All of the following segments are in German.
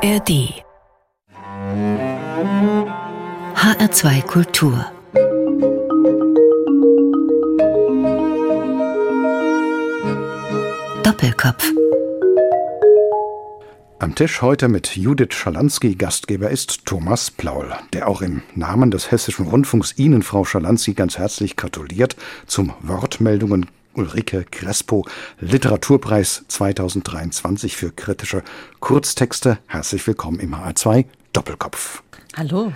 ARD HR2 Kultur Doppelkopf. Am Tisch heute mit Judith Schalansky. Gastgeber ist Thomas Plaul, der auch im Namen des Hessischen Rundfunks Ihnen, Frau Schalansky, ganz herzlich gratuliert zum Wortmeldungen Ulrike Crespo Literaturpreis 2023 für kritische Kurztexte. Herzlich willkommen im HR2 Doppelkopf. Hallo.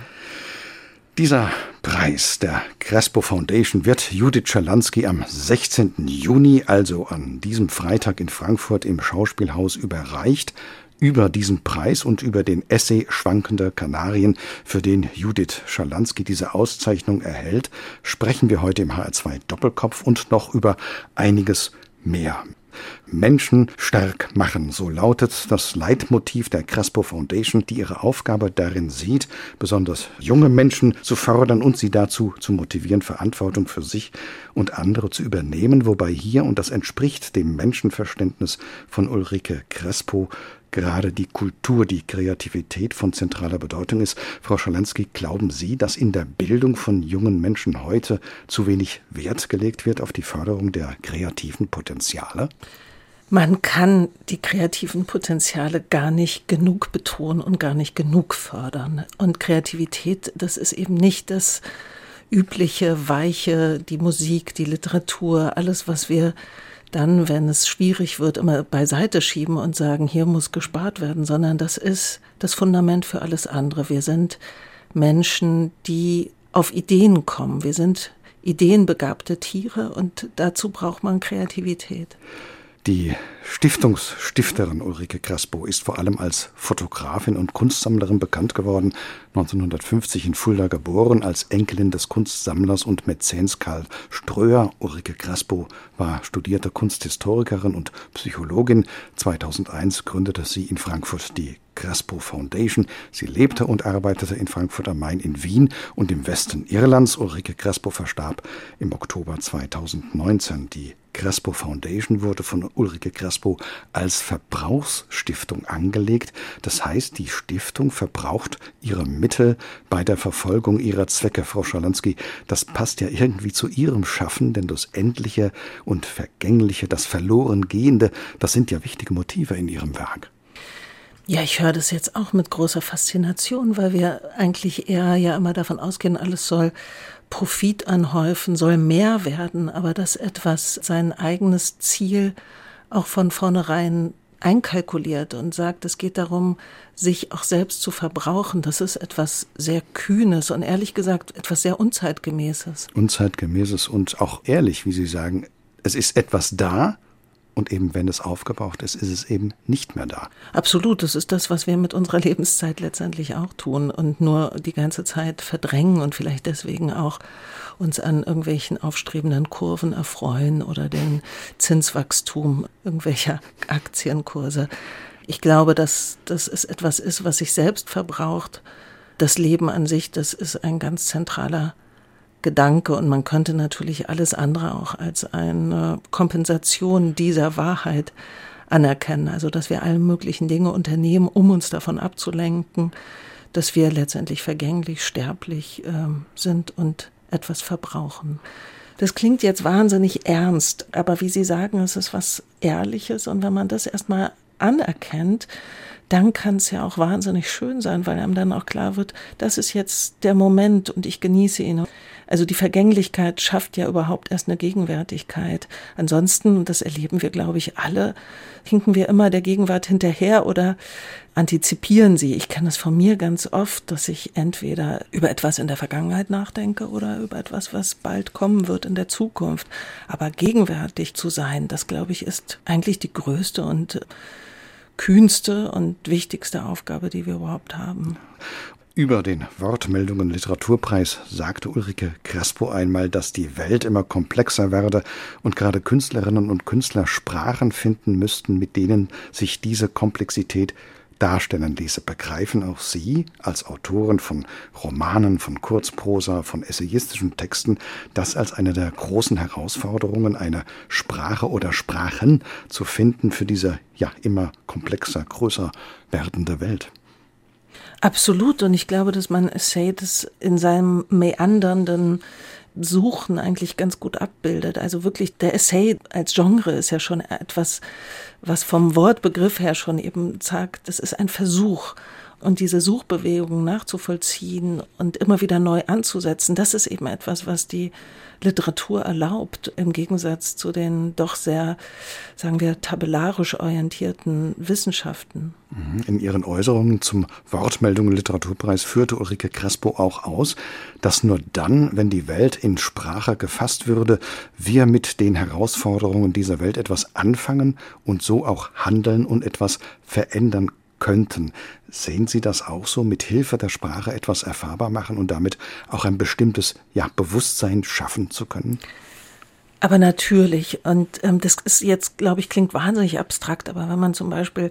Dieser Preis der Crespo Foundation wird Judith Schalansky am 16. Juni, also an diesem Freitag in Frankfurt im Schauspielhaus überreicht. Über diesen Preis und über den Essay Schwankende Kanarien, für den Judith Schalansky diese Auszeichnung erhält, sprechen wir heute im HR2 Doppelkopf und noch über einiges mehr. Menschen stark machen, so lautet das Leitmotiv der Crespo Foundation, die ihre Aufgabe darin sieht, besonders junge Menschen zu fördern und sie dazu zu motivieren, Verantwortung für sich und andere zu übernehmen, wobei hier, und das entspricht dem Menschenverständnis von Ulrike Crespo, gerade die Kultur, die Kreativität von zentraler Bedeutung ist. Frau Schalansky, glauben Sie, dass in der Bildung von jungen Menschen heute zu wenig Wert gelegt wird auf die Förderung der kreativen Potenziale? Man kann die kreativen Potenziale gar nicht genug betonen und gar nicht genug fördern. Und Kreativität, das ist eben nicht das übliche, weiche, die Musik, die Literatur, alles, was wir dann, wenn es schwierig wird, immer beiseite schieben und sagen, hier muss gespart werden, sondern das ist das Fundament für alles andere. Wir sind Menschen, die auf Ideen kommen. Wir sind ideenbegabte Tiere und dazu braucht man Kreativität. Die Stiftungsstifterin Ulrike Crespo ist vor allem als Fotografin und Kunstsammlerin bekannt geworden. 1950 in Fulda geboren, als Enkelin des Kunstsammlers und Mäzens Karl Ströer. Ulrike Crespo war studierte Kunsthistorikerin und Psychologin. 2001 gründete sie in Frankfurt die Crespo Foundation. Sie lebte und arbeitete in Frankfurt am Main, in Wien und im Westen Irlands. Ulrike Crespo verstarb im Oktober 2019. Die Crespo Foundation wurde von Ulrike Crespo als Verbrauchsstiftung angelegt. Das heißt, die Stiftung verbraucht ihre Mittel bei der Verfolgung ihrer Zwecke. Frau Schalansky, das passt ja irgendwie zu Ihrem Schaffen, denn das Endliche und Vergängliche, das Verlorengehende, das sind ja wichtige Motive in Ihrem Werk. Ja, ich höre das jetzt auch mit großer Faszination, weil wir eigentlich eher ja immer davon ausgehen, alles soll Profit anhäufen, soll mehr werden, aber dass etwas sein eigenes Ziel auch von vornherein einkalkuliert und sagt, es geht darum, sich auch selbst zu verbrauchen. Das ist etwas sehr Kühnes und ehrlich gesagt etwas sehr Unzeitgemäßes. Unzeitgemäßes und auch ehrlich, wie Sie sagen, es ist etwas da. Und eben, wenn es aufgebraucht ist, ist es eben nicht mehr da. Absolut, das ist das, was wir mit unserer Lebenszeit letztendlich auch tun und nur die ganze Zeit verdrängen und vielleicht deswegen auch uns an irgendwelchen aufstrebenden Kurven erfreuen oder den Zinswachstum irgendwelcher Aktienkurse. Ich glaube, dass es etwas ist, was sich selbst verbraucht. Das Leben an sich, das ist ein ganz zentraler Gedanke und man könnte natürlich alles andere auch als eine Kompensation dieser Wahrheit anerkennen. Also, dass wir alle möglichen Dinge unternehmen, um uns davon abzulenken, dass wir letztendlich vergänglich, sterblich sind und etwas verbrauchen. Das klingt jetzt wahnsinnig ernst, aber wie Sie sagen, es ist was Ehrliches und wenn man das erstmal anerkennt, dann kann es ja auch wahnsinnig schön sein, weil einem dann auch klar wird, das ist jetzt der Moment und ich genieße ihn. Also die Vergänglichkeit schafft ja überhaupt erst eine Gegenwärtigkeit. Ansonsten, und das erleben wir, glaube ich, alle, hinken wir immer der Gegenwart hinterher oder antizipieren sie. Ich kenne es von mir ganz oft, dass ich entweder über etwas in der Vergangenheit nachdenke oder über etwas, was bald kommen wird in der Zukunft. Aber gegenwärtig zu sein, das, glaube ich, ist eigentlich die größte und kühnste und wichtigste Aufgabe, die wir überhaupt haben. Über den Wortmeldungen Literaturpreis sagte Ulrike Crespo einmal, dass die Welt immer komplexer werde und gerade Künstlerinnen und Künstler Sprachen finden müssten, mit denen sich diese Komplexität darstellen ließe. Begreifen auch Sie als Autorin von Romanen, von Kurzprosa, von essayistischen Texten, das als eine der großen Herausforderungen, eine Sprache oder Sprachen zu finden für diese ja immer komplexer, größer werdende Welt? Absolut. Und ich glaube, dass man Essay das in seinem meandernden Suchen eigentlich ganz gut abbildet. Also wirklich, der Essay als Genre ist ja schon etwas, was vom Wortbegriff her schon eben sagt, das ist ein Versuch. Und diese Suchbewegung nachzuvollziehen und immer wieder neu anzusetzen, das ist eben etwas, was die Literatur erlaubt, im Gegensatz zu den doch sehr, sagen wir, tabellarisch orientierten Wissenschaften. In ihren Äußerungen zum Wortmeldungen-Literaturpreis führte Ulrike Crespo auch aus, dass nur dann, wenn die Welt in Sprache gefasst würde, wir mit den Herausforderungen dieser Welt etwas anfangen und so auch handeln und etwas verändern könnten. Sehen Sie das auch so, mit Hilfe der Sprache etwas erfahrbar machen und damit auch ein bestimmtes Bewusstsein schaffen zu können? Aber natürlich, und das ist jetzt, glaube ich, klingt wahnsinnig abstrakt, aber wenn man zum Beispiel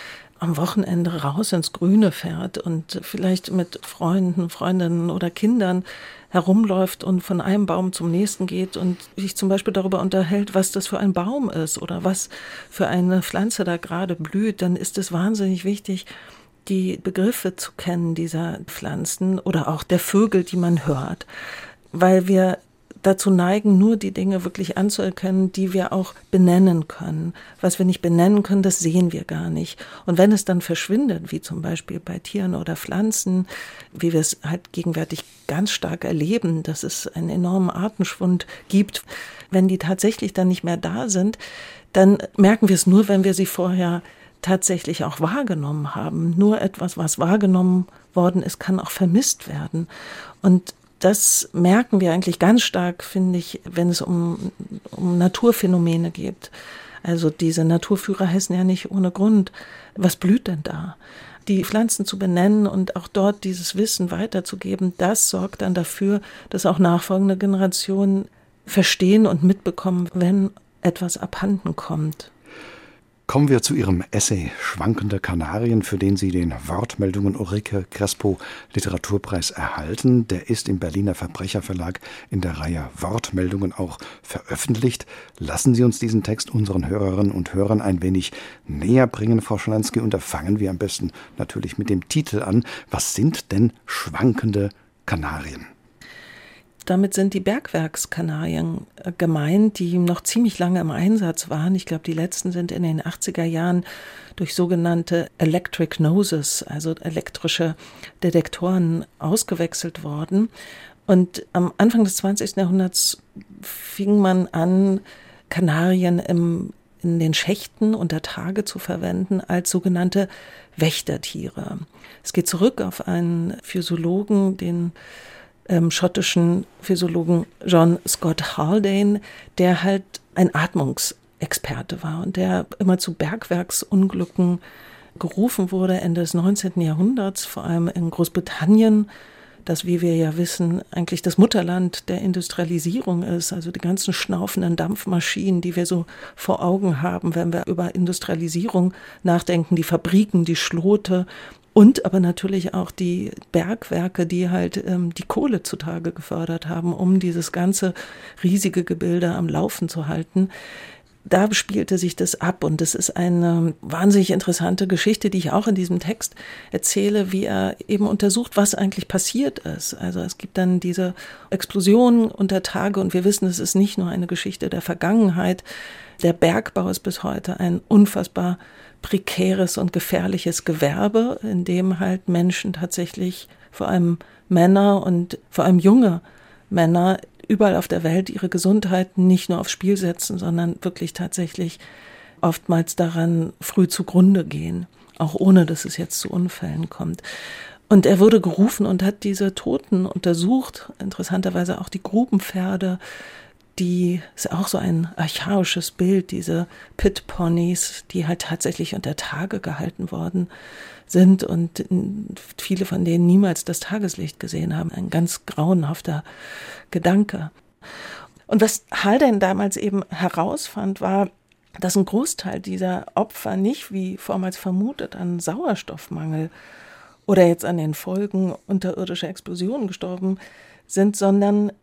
am Wochenende raus ins Grüne fährt und vielleicht mit Freunden, Freundinnen oder Kindern herumläuft und von einem Baum zum nächsten geht und sich zum Beispiel darüber unterhält, was das für ein Baum ist oder was für eine Pflanze da gerade blüht, dann ist es wahnsinnig wichtig, die Begriffe zu kennen dieser Pflanzen oder auch der Vögel, die man hört, weil wir dazu neigen, nur die Dinge wirklich anzuerkennen, die wir auch benennen können. Was wir nicht benennen können, das sehen wir gar nicht. Und wenn es dann verschwindet, wie zum Beispiel bei Tieren oder Pflanzen, wie wir es halt gegenwärtig ganz stark erleben, dass es einen enormen Artenschwund gibt, wenn die tatsächlich dann nicht mehr da sind, dann merken wir es nur, wenn wir sie vorher tatsächlich auch wahrgenommen haben. Nur etwas, was wahrgenommen worden ist, kann auch vermisst werden. Und das merken wir eigentlich ganz stark, finde ich, wenn es um Naturphänomene geht. Also diese Naturführer heißen ja nicht ohne Grund. Was blüht denn da? Die Pflanzen zu benennen und auch dort dieses Wissen weiterzugeben, das sorgt dann dafür, dass auch nachfolgende Generationen verstehen und mitbekommen, wenn etwas abhanden kommt. Kommen wir zu Ihrem Essay Schwankende Kanarien, für den Sie den Wortmeldungen Ulrike Crespo Literaturpreis erhalten. Der ist im Berliner Verbrecherverlag in der Reihe Wortmeldungen auch veröffentlicht. Lassen Sie uns diesen Text unseren Hörerinnen und Hörern ein wenig näher bringen, Frau Schalansky. Und da fangen wir am besten natürlich mit dem Titel an. Was sind denn schwankende Kanarien? Damit sind die Bergwerkskanarien gemeint, die noch ziemlich lange im Einsatz waren. Ich glaube, die letzten sind in den 80er Jahren durch sogenannte Electric Noses, also elektrische Detektoren, ausgewechselt worden. Und am Anfang des 20. Jahrhunderts fing man an, Kanarien in den Schächten unter Tage zu verwenden als sogenannte Wächtertiere. Es geht zurück auf einen Physiologen, den schottischen Physiologen John Scott Haldane, der halt ein Atmungsexperte war und der immer zu Bergwerksunglücken gerufen wurde Ende des 19. Jahrhunderts, vor allem in Großbritannien, das, wie wir ja wissen, eigentlich das Mutterland der Industrialisierung ist, also die ganzen schnaufenden Dampfmaschinen, die wir so vor Augen haben, wenn wir über Industrialisierung nachdenken, die Fabriken, die Schlote, und aber natürlich auch die Bergwerke, die halt die Kohle zutage gefördert haben, um dieses ganze riesige Gebilde am Laufen zu halten. Da spielte sich das ab und das ist eine wahnsinnig interessante Geschichte, die ich auch in diesem Text erzähle, wie er eben untersucht, was eigentlich passiert ist. Also es gibt dann diese Explosion unter Tage und wir wissen, es ist nicht nur eine Geschichte der Vergangenheit. Der Bergbau ist bis heute ein unfassbar prekäres und gefährliches Gewerbe, in dem halt Menschen tatsächlich, vor allem Männer und vor allem junge Männer, überall auf der Welt ihre Gesundheit nicht nur aufs Spiel setzen, sondern wirklich tatsächlich oftmals daran früh zugrunde gehen, auch ohne, dass es jetzt zu Unfällen kommt. Und er wurde gerufen und hat diese Toten untersucht, interessanterweise auch die Grubenpferde, die ist auch so ein archaisches Bild, diese Pit-Ponys, die halt tatsächlich unter Tage gehalten worden sind und viele von denen niemals das Tageslicht gesehen haben. Ein ganz grauenhafter Gedanke. Und was Haldane damals eben herausfand, war, dass ein Großteil dieser Opfer nicht, wie vormals vermutet, an Sauerstoffmangel oder jetzt an den Folgen unterirdischer Explosionen gestorben sind, sondern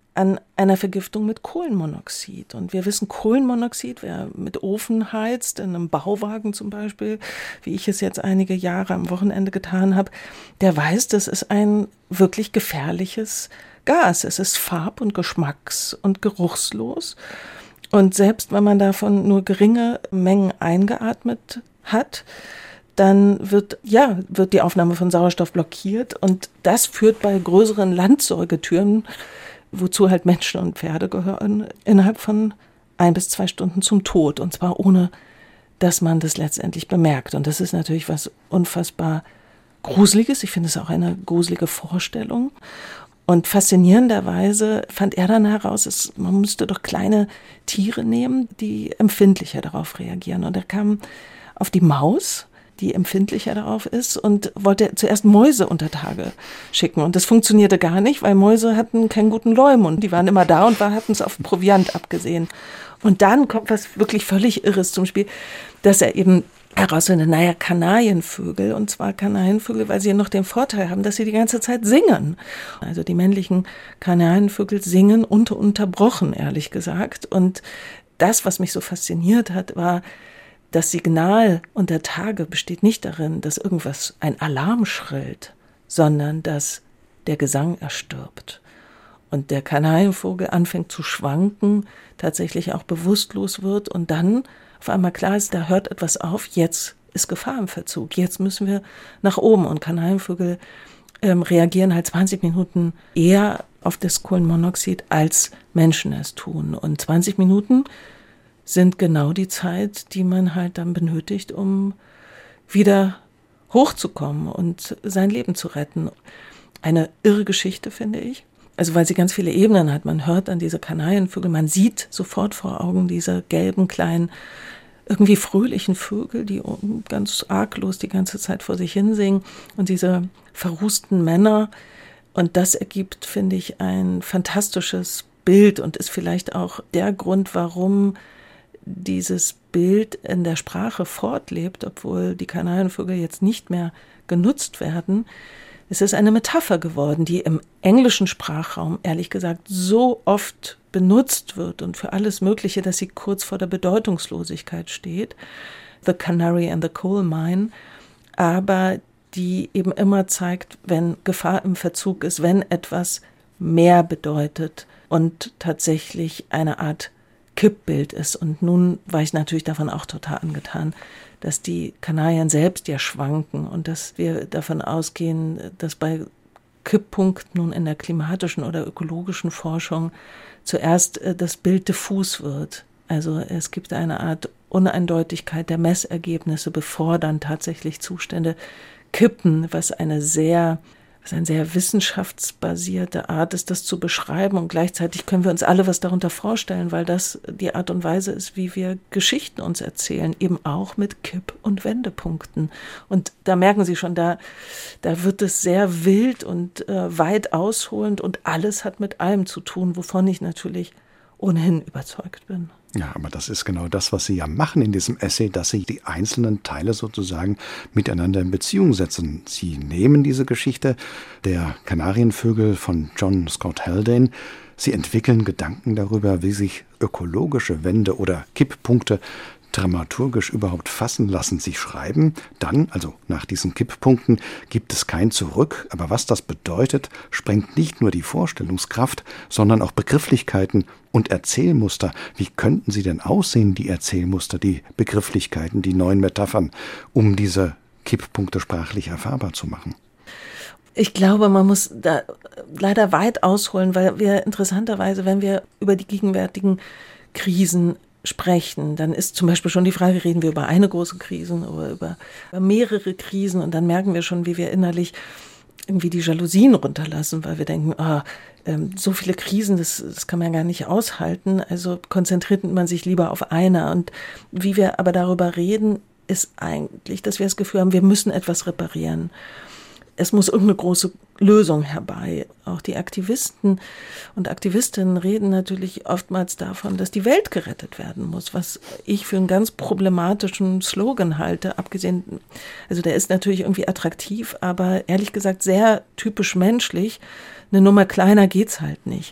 an einer Vergiftung mit Kohlenmonoxid. Und wir wissen, Kohlenmonoxid, wer mit Ofen heizt, in einem Bauwagen zum Beispiel, wie ich es jetzt einige Jahre am Wochenende getan habe, der weiß, das ist ein wirklich gefährliches Gas. Es ist farb- und geschmacks- und geruchslos. Und selbst wenn man davon nur geringe Mengen eingeatmet hat, dann wird die Aufnahme von Sauerstoff blockiert. Und das führt bei größeren Landsäugetieren, wozu halt Menschen und Pferde gehören, innerhalb von 1 bis 2 Stunden zum Tod. Und zwar ohne, dass man das letztendlich bemerkt. Und das ist natürlich was unfassbar Gruseliges. Ich finde es auch eine gruselige Vorstellung. Und faszinierenderweise fand er dann heraus, man müsste doch kleine Tiere nehmen, die empfindlicher darauf reagieren. Und er kam auf die Maus, die empfindlicher darauf ist, und wollte zuerst Mäuse unter Tage schicken. Und das funktionierte gar nicht, weil Mäuse hatten keinen guten Leumund. Die waren immer da und hatten es auf Proviant abgesehen. Und dann kommt was wirklich völlig Irres zum Spiel, dass er eben herausfindet, Kanarienvögel, und zwar Kanarienvögel, weil sie noch den Vorteil haben, dass sie die ganze Zeit singen. Also die männlichen Kanarienvögel singen ununterbrochen, ehrlich gesagt. Und das, was mich so fasziniert hat, war, das Signal unter Tage besteht nicht darin, dass irgendwas, ein Alarm schrillt, sondern dass der Gesang erstirbt. Und der Kanarienvogel anfängt zu schwanken, tatsächlich auch bewusstlos wird und dann auf einmal klar ist, da hört etwas auf, jetzt ist Gefahr im Verzug, jetzt müssen wir nach oben. Und Kanarienvögel reagieren halt 20 Minuten eher auf das Kohlenmonoxid, als Menschen es tun. Und 20 Minuten sind genau die Zeit, die man halt dann benötigt, um wieder hochzukommen und sein Leben zu retten. Eine irre Geschichte, finde ich. Also weil sie ganz viele Ebenen hat. Man hört an diese Kanarienvögel, man sieht sofort vor Augen diese gelben, kleinen, irgendwie fröhlichen Vögel, die ganz arglos die ganze Zeit vor sich hinsingen, und diese verrußten Männer. Und das ergibt, finde ich, ein fantastisches Bild und ist vielleicht auch der Grund, warum dieses Bild in der Sprache fortlebt, obwohl die Kanarienvögel jetzt nicht mehr genutzt werden. Es ist eine Metapher geworden, die im englischen Sprachraum, ehrlich gesagt, so oft benutzt wird und für alles Mögliche, dass sie kurz vor der Bedeutungslosigkeit steht. The Canary and the Coal Mine. Aber die eben immer zeigt, wenn Gefahr im Verzug ist, wenn etwas mehr bedeutet und tatsächlich eine Art Kippbild ist. Und nun war ich natürlich davon auch total angetan, dass die Kanarien selbst ja schwanken und dass wir davon ausgehen, dass bei Kipppunkt nun in der klimatischen oder ökologischen Forschung zuerst das Bild diffus wird. Also es gibt eine Art Uneindeutigkeit der Messergebnisse, bevor dann tatsächlich Zustände kippen, was eine sehr wissenschaftsbasierte Art ist, das zu beschreiben. Und gleichzeitig können wir uns alle was darunter vorstellen, weil das die Art und Weise ist, wie wir Geschichten uns erzählen, eben auch mit Kipp- und Wendepunkten. Und da merken Sie schon, da wird es sehr wild und weit ausholend und alles hat mit allem zu tun, wovon ich natürlich ohnehin überzeugt bin. Ja, aber das ist genau das, was Sie ja machen in diesem Essay, dass Sie die einzelnen Teile sozusagen miteinander in Beziehung setzen. Sie nehmen diese Geschichte der Kanarienvögel von John Scott Haldane. Sie entwickeln Gedanken darüber, wie sich ökologische Wende oder Kipppunkte dramaturgisch überhaupt fassen lassen. Sie schreiben dann, also nach diesen Kipppunkten, gibt es kein Zurück, aber was das bedeutet, sprengt nicht nur die Vorstellungskraft, sondern auch Begrifflichkeiten und Erzählmuster. Wie könnten sie denn aussehen, die Erzählmuster, die Begrifflichkeiten, die neuen Metaphern, um diese Kipppunkte sprachlich erfahrbar zu machen? Ich glaube, man muss da leider weit ausholen, weil wir interessanterweise, wenn wir über die gegenwärtigen Krisen sprechen, dann ist zum Beispiel schon die Frage, reden wir über eine große Krise oder über mehrere Krisen, und dann merken wir schon, wie wir innerlich irgendwie die Jalousien runterlassen, weil wir denken, so viele Krisen, das kann man gar nicht aushalten, also konzentriert man sich lieber auf eine. Und wie wir aber darüber reden, ist eigentlich, dass wir das Gefühl haben, wir müssen etwas reparieren. Es muss irgendeine große Lösung herbei. Auch die Aktivisten und Aktivistinnen reden natürlich oftmals davon, dass die Welt gerettet werden muss, was ich für einen ganz problematischen Slogan halte, abgesehen, also der ist natürlich irgendwie attraktiv, aber ehrlich gesagt sehr typisch menschlich. Eine Nummer kleiner geht's halt nicht.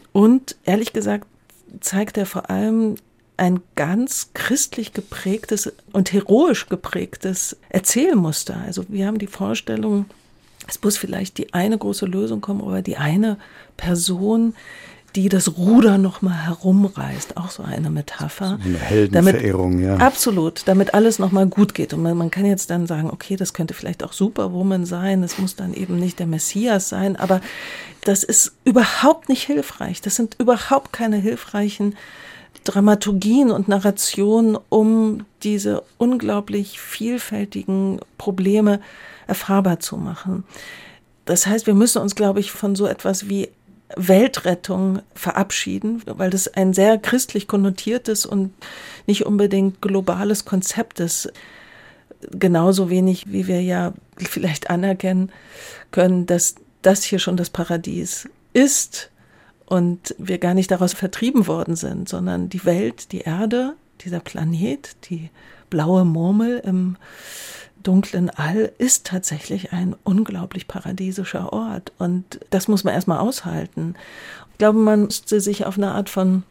Und ehrlich gesagt zeigt er vor allem ein ganz christlich geprägtes und heroisch geprägtes Erzählmuster. Also wir haben die Vorstellung, es muss vielleicht die eine große Lösung kommen, oder die eine Person, die das Ruder nochmal herumreißt. Auch so eine Metapher. Eine Heldenverehrung, ja. Absolut, damit alles nochmal gut geht. Und man kann jetzt dann sagen, okay, das könnte vielleicht auch Superwoman sein, es muss dann eben nicht der Messias sein, aber das ist überhaupt nicht hilfreich. Das sind überhaupt keine hilfreichen Dramaturgien und Narrationen, um diese unglaublich vielfältigen Probleme erfahrbar zu machen. Das heißt, wir müssen uns, glaube ich, von so etwas wie Weltrettung verabschieden, weil das ein sehr christlich konnotiertes und nicht unbedingt globales Konzept ist. Genauso wenig, wie wir ja vielleicht anerkennen können, dass das hier schon das Paradies ist und wir gar nicht daraus vertrieben worden sind, sondern die Welt, die Erde, dieser Planet, die blaue Murmel im dunklen All ist tatsächlich ein unglaublich paradiesischer Ort. Und das muss man erstmal aushalten. Ich glaube, man müsste sich auf eine Art von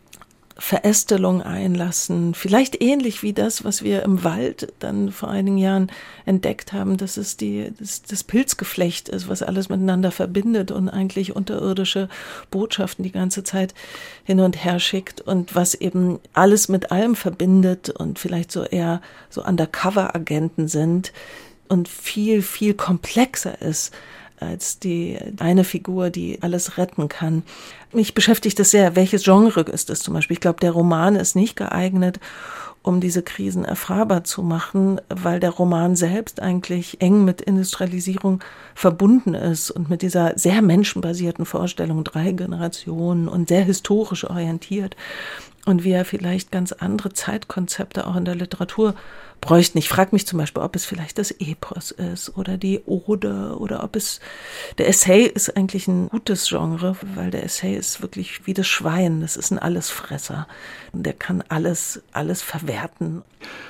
Verästelung einlassen. Vielleicht ähnlich wie das, was wir im Wald dann vor einigen Jahren entdeckt haben, dass es das Pilzgeflecht ist, was alles miteinander verbindet und eigentlich unterirdische Botschaften die ganze Zeit hin und her schickt und was eben alles mit allem verbindet und vielleicht so eher so Undercover-Agenten sind und viel, viel komplexer ist als die eine Figur, die alles retten kann. Mich beschäftigt das sehr. Welches Genre ist das zum Beispiel? Ich glaube, der Roman ist nicht geeignet, um diese Krisen erfahrbar zu machen, weil der Roman selbst eigentlich eng mit Industrialisierung verbunden ist und mit dieser sehr menschenbasierten Vorstellung 3 Generationen und sehr historisch orientiert. Und wir vielleicht ganz andere Zeitkonzepte auch in der Literatur bräuchten. Ich frage mich zum Beispiel, ob es vielleicht das Epos ist oder die Ode oder ob es, der Essay ist eigentlich ein gutes Genre, weil der Essay ist wirklich wie das Schwein, das ist ein Allesfresser und der kann alles verwerten.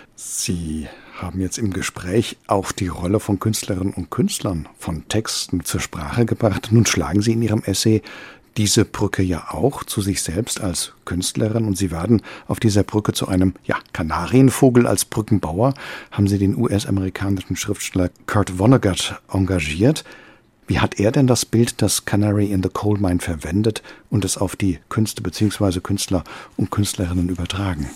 Sie haben jetzt im Gespräch auch die Rolle von Künstlerinnen und Künstlern, von Texten zur Sprache gebracht. Nun schlagen Sie in Ihrem Essay diese Brücke ja auch zu sich selbst als Künstlerin und Sie werden auf dieser Brücke zu einem Kanarienvogel als Brückenbauer, haben Sie den US-amerikanischen Schriftsteller Kurt Vonnegut engagiert. Wie hat er denn das Bild, das Canary in the Coal Mine verwendet und es auf die Künste bzw. Künstler und Künstlerinnen übertragen?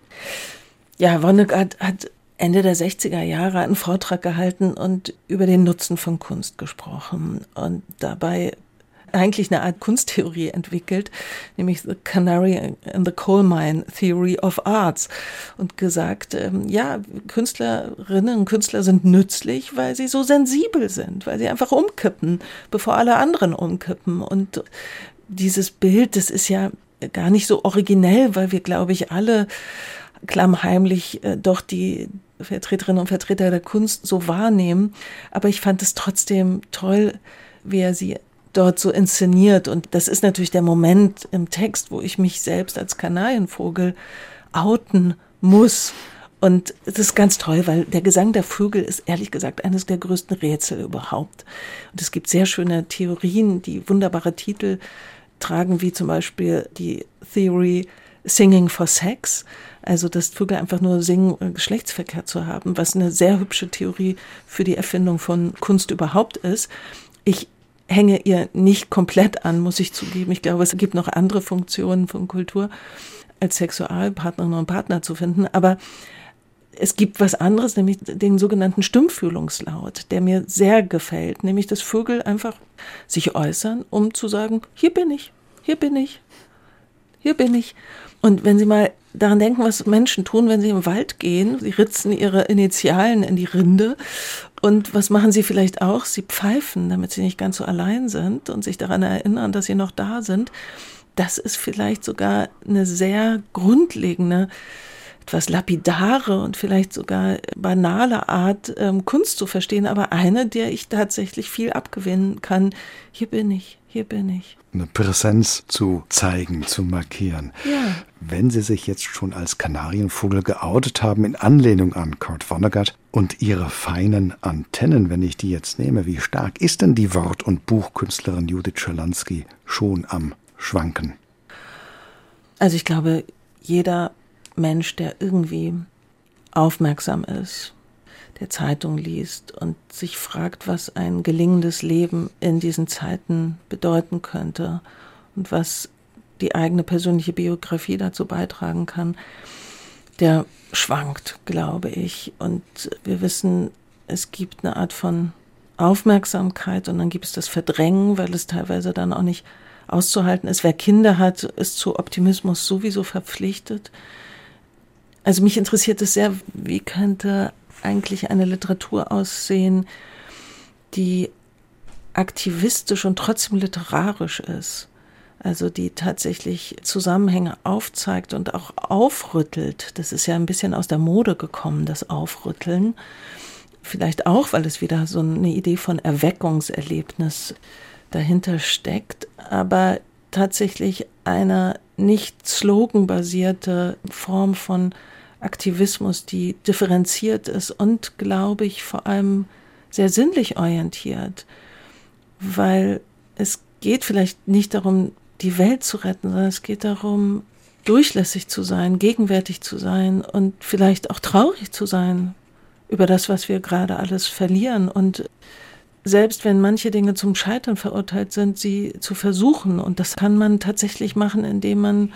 Ja, Vonnegut hat Ende der 60er Jahre einen Vortrag gehalten und über den Nutzen von Kunst gesprochen und dabei eigentlich eine Art Kunsttheorie entwickelt, nämlich The Canary in the Coal Mine Theory of Arts und gesagt, Künstlerinnen und Künstler sind nützlich, weil sie so sensibel sind, weil sie einfach umkippen, bevor alle anderen umkippen. Und dieses Bild, das ist ja gar nicht so originell, weil wir, glaube ich, alle klammheimlich doch die Vertreterinnen und Vertreter der Kunst so wahrnehmen. Aber ich fand es trotzdem toll, wie er sie dort so inszeniert. Und das ist natürlich der Moment im Text, wo ich mich selbst als Kanarienvogel outen muss. Und es ist ganz toll, weil der Gesang der Vögel ist ehrlich gesagt eines der größten Rätsel überhaupt. Und es gibt sehr schöne Theorien, die wunderbare Titel tragen, wie zum Beispiel die Theory Singing for Sex, also dass Vögel einfach nur singen, Geschlechtsverkehr zu haben, was eine sehr hübsche Theorie für die Erfindung von Kunst überhaupt ist. Ich hänge ihr nicht komplett an, muss ich zugeben. Ich glaube, es gibt noch andere Funktionen von Kultur, als Sexualpartnerinnen und Partner zu finden. Aber es gibt was anderes, nämlich den sogenannten Stimmfühlungslaut, der mir sehr gefällt. Nämlich, dass Vögel einfach sich äußern, um zu sagen, hier bin ich, hier bin ich, hier bin ich. Und wenn Sie mal daran denken, was Menschen tun, wenn sie im Wald gehen, sie ritzen ihre Initialen in die Rinde. Und was machen sie vielleicht auch? Sie pfeifen, damit sie nicht ganz so allein sind und sich daran erinnern, dass sie noch da sind. Das ist vielleicht sogar eine sehr grundlegende, etwas lapidare und vielleicht sogar banale Art, Kunst zu verstehen, aber eine, der ich tatsächlich viel abgewinnen kann. Hier bin ich, hier bin ich. Eine Präsenz zu zeigen, zu markieren. Ja. Wenn Sie sich jetzt schon als Kanarienvogel geoutet haben, in Anlehnung an Kurt Vonnegut und Ihre feinen Antennen, wenn ich die jetzt nehme, wie stark ist denn die Wort- und Buchkünstlerin Judith Schalansky schon am schwanken? Also ich glaube, jeder Mensch, der irgendwie aufmerksam ist, der Zeitung liest und sich fragt, was ein gelingendes Leben in diesen Zeiten bedeuten könnte und was die eigene persönliche Biografie dazu beitragen kann, der schwankt, glaube ich. Und wir wissen, es gibt eine Art von Aufmerksamkeit und dann gibt es das Verdrängen, weil es teilweise dann auch nicht auszuhalten ist. Wer Kinder hat, ist zu Optimismus sowieso verpflichtet. Also mich interessiert es sehr, wie könnte eigentlich eine Literatur aussehen, die aktivistisch und trotzdem literarisch ist. Also die tatsächlich Zusammenhänge aufzeigt und auch aufrüttelt. Das ist ja ein bisschen aus der Mode gekommen, das Aufrütteln. Vielleicht auch, weil es wieder so eine Idee von Erweckungserlebnis dahinter steckt, aber tatsächlich eine nicht sloganbasierte Form von Aktivismus, die differenziert ist und, glaube ich, vor allem sehr sinnlich orientiert, weil es geht vielleicht nicht darum, die Welt zu retten, sondern es geht darum, durchlässig zu sein, gegenwärtig zu sein und vielleicht auch traurig zu sein über das, was wir gerade alles verlieren und selbst wenn manche Dinge zum Scheitern verurteilt sind, sie zu versuchen. Und das kann man tatsächlich machen, indem man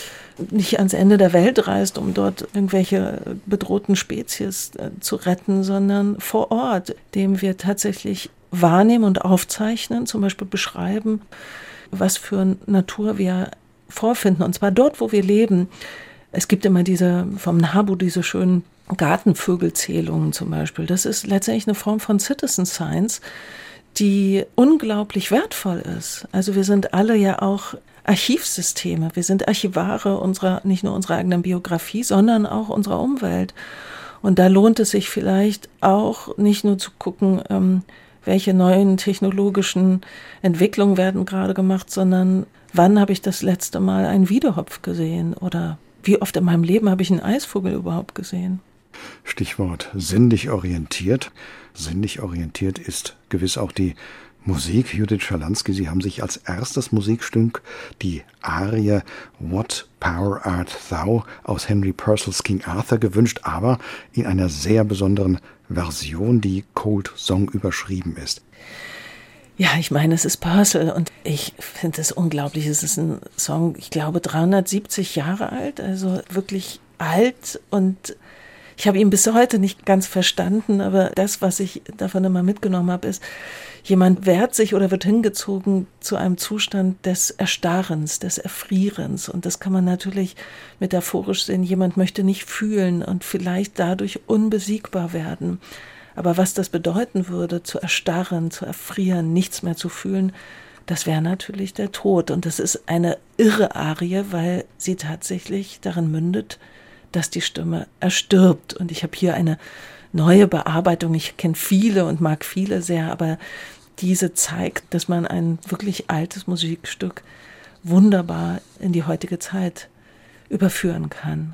nicht ans Ende der Welt reist, um dort irgendwelche bedrohten Spezies zu retten, sondern vor Ort, indem wir tatsächlich wahrnehmen und aufzeichnen, zum Beispiel beschreiben, was für Natur wir vorfinden. Und zwar dort, wo wir leben. Es gibt immer vom NABU diese schönen Gartenvögelzählungen zum Beispiel. Das ist letztendlich eine Form von Citizen Science, die unglaublich wertvoll ist. Also wir sind alle ja auch Archivsysteme. Wir sind Archivare nicht nur unserer eigenen Biografie, sondern auch unserer Umwelt. Und da lohnt es sich vielleicht auch nicht nur zu gucken, welche neuen technologischen Entwicklungen werden gerade gemacht, sondern wann habe ich das letzte Mal einen Wiedehopf gesehen oder wie oft in meinem Leben habe ich einen Eisvogel überhaupt gesehen? Stichwort sinnlich orientiert. Sinnlich orientiert ist gewiss auch die Musik. Judith Schalansky, Sie haben sich als erstes Musikstück die Arie What Power Art Thou aus Henry Purcells King Arthur gewünscht, aber in einer sehr besonderen Version, die Cold Song überschrieben ist. Ja, ich meine, es ist Purcell und ich finde es unglaublich. Es ist ein Song, ich glaube, 370 Jahre alt, also wirklich alt und ich habe ihn bis heute nicht ganz verstanden, aber das, was ich davon immer mitgenommen habe, ist, jemand wehrt sich oder wird hingezogen zu einem Zustand des Erstarrens, des Erfrierens. Und das kann man natürlich metaphorisch sehen. Jemand möchte nicht fühlen und vielleicht dadurch unbesiegbar werden. Aber was das bedeuten würde, zu erstarren, zu erfrieren, nichts mehr zu fühlen, das wäre natürlich der Tod. Und das ist eine irre Arie, weil sie tatsächlich darin mündet, dass die Stimme erstirbt. Und ich habe hier eine neue Bearbeitung. Ich kenne viele und mag viele sehr, aber diese zeigt, dass man ein wirklich altes Musikstück wunderbar in die heutige Zeit überführen kann.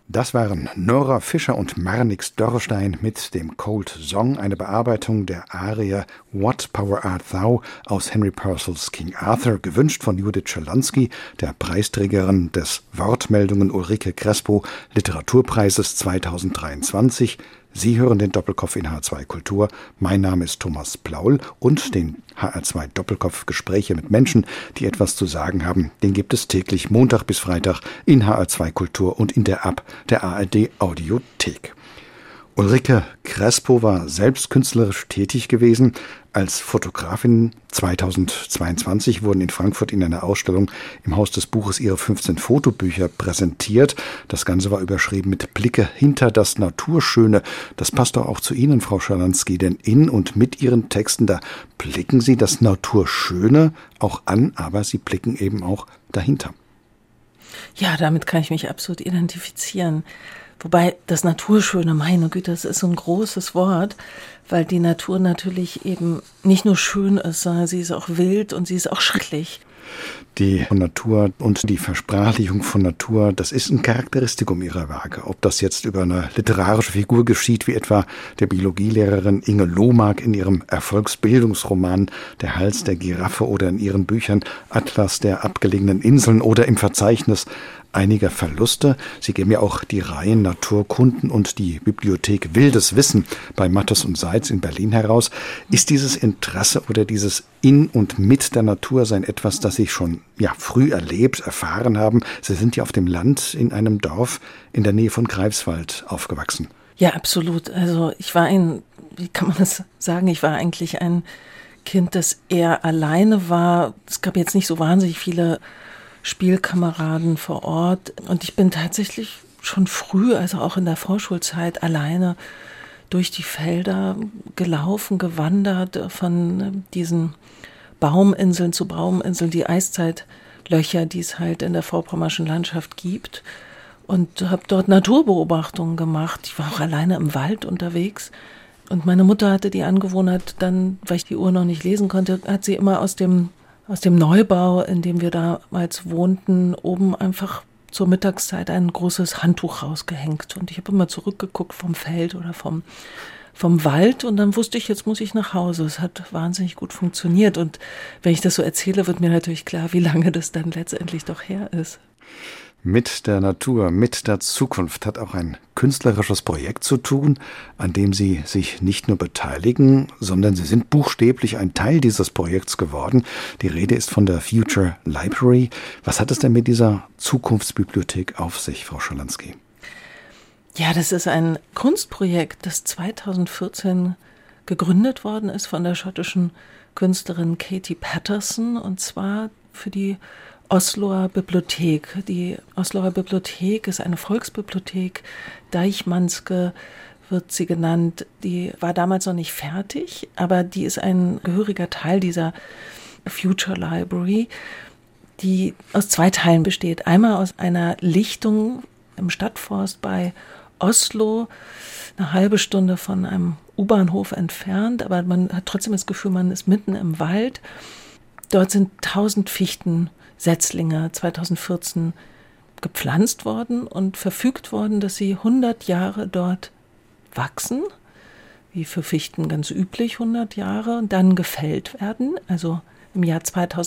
Das waren Nora Fischer und Marnix Dörrstein mit dem Cold Song, eine Bearbeitung der Arie What Power Art Thou aus Henry Purcells King Arthur, gewünscht von Judith Schalansky, der Preisträgerin des Wortmeldungen Ulrike Crespo Literaturpreises 2023. Sie hören den Doppelkopf in HR2 Kultur. Mein Name ist Thomas Plaul und den HR2 Doppelkopf Gespräche mit Menschen, die etwas zu sagen haben, den gibt es täglich Montag bis Freitag in HR2 Kultur und in der App der ARD Audiothek. Ulrike Crespo war selbst künstlerisch tätig gewesen. Als Fotografin 2022 wurden in Frankfurt in einer Ausstellung im Haus des Buches ihre 15 Fotobücher präsentiert. Das Ganze war überschrieben mit Blicke hinter das Naturschöne. Das passt doch auch zu Ihnen, Frau Schalansky, denn in und mit Ihren Texten, da blicken Sie das Naturschöne auch an, aber Sie blicken eben auch dahinter. Ja, damit kann ich mich absolut identifizieren. Wobei das Naturschöne, meine Güte, das ist so ein großes Wort, weil die Natur natürlich eben nicht nur schön ist, sondern sie ist auch wild und sie ist auch schrecklich. Die Natur und die Versprachlichung von Natur, das ist ein Charakteristikum ihrer Werke. Ob das jetzt über eine literarische Figur geschieht, wie etwa der Biologielehrerin Inge Lohmark in ihrem Erfolgsbildungsroman Der Hals der Giraffe oder in ihren Büchern Atlas der abgelegenen Inseln oder im Verzeichnis einiger Verluste. Sie geben ja auch die Reihen Naturkunden und die Bibliothek Wildes Wissen bei Mattes und Seitz in Berlin heraus. Ist dieses Interesse oder dieses in und mit der Natur sein etwas, das Sie schon früh erlebt, erfahren haben? Sie sind ja auf dem Land in einem Dorf in der Nähe von Greifswald aufgewachsen. Ja, absolut. Also ich war wie kann man das sagen, ich war eigentlich ein Kind, das eher alleine war. Es gab jetzt nicht so wahnsinnig viele Spielkameraden vor Ort. Und ich bin tatsächlich schon früh, also auch in der Vorschulzeit, alleine durch die Felder gelaufen, gewandert, von diesen Bauminseln zu Bauminseln, die Eiszeitlöcher, die es halt in der vorpommerschen Landschaft gibt. Und habe dort Naturbeobachtungen gemacht. Ich war auch alleine im Wald unterwegs. Und meine Mutter hatte die Angewohnheit, dann, weil ich die Uhr noch nicht lesen konnte, hat sie immer aus dem Neubau, in dem wir damals wohnten, oben einfach zur Mittagszeit ein großes Handtuch rausgehängt. Und ich habe immer zurückgeguckt vom Feld oder vom Wald und dann wusste ich, jetzt muss ich nach Hause. Es hat wahnsinnig gut funktioniert. Und wenn ich das so erzähle, wird mir natürlich klar, wie lange das dann letztendlich doch her ist. Mit der Natur, mit der Zukunft hat auch ein künstlerisches Projekt zu tun, an dem Sie sich nicht nur beteiligen, sondern Sie sind buchstäblich ein Teil dieses Projekts geworden. Die Rede ist von der Future Library. Was hat es denn mit dieser Zukunftsbibliothek auf sich, Frau Schalansky? Ja, das ist ein Kunstprojekt, das 2014 gegründet worden ist von der schottischen Künstlerin Katie Patterson, und zwar für die Osloer Bibliothek. Die Osloer Bibliothek ist eine Volksbibliothek. Deichmanske wird sie genannt. Die war damals noch nicht fertig, aber die ist ein gehöriger Teil dieser Future Library, die aus 2 Teilen besteht. Einmal aus einer Lichtung im Stadtforst bei Oslo, eine halbe Stunde von einem U-Bahnhof entfernt, aber man hat trotzdem das Gefühl, man ist mitten im Wald. Dort sind 1000 Fichtensetzlinge 2014 gepflanzt worden und verfügt worden, dass sie 100 Jahre dort wachsen, wie für Fichten ganz üblich 100 Jahre, und dann gefällt werden, also im Jahr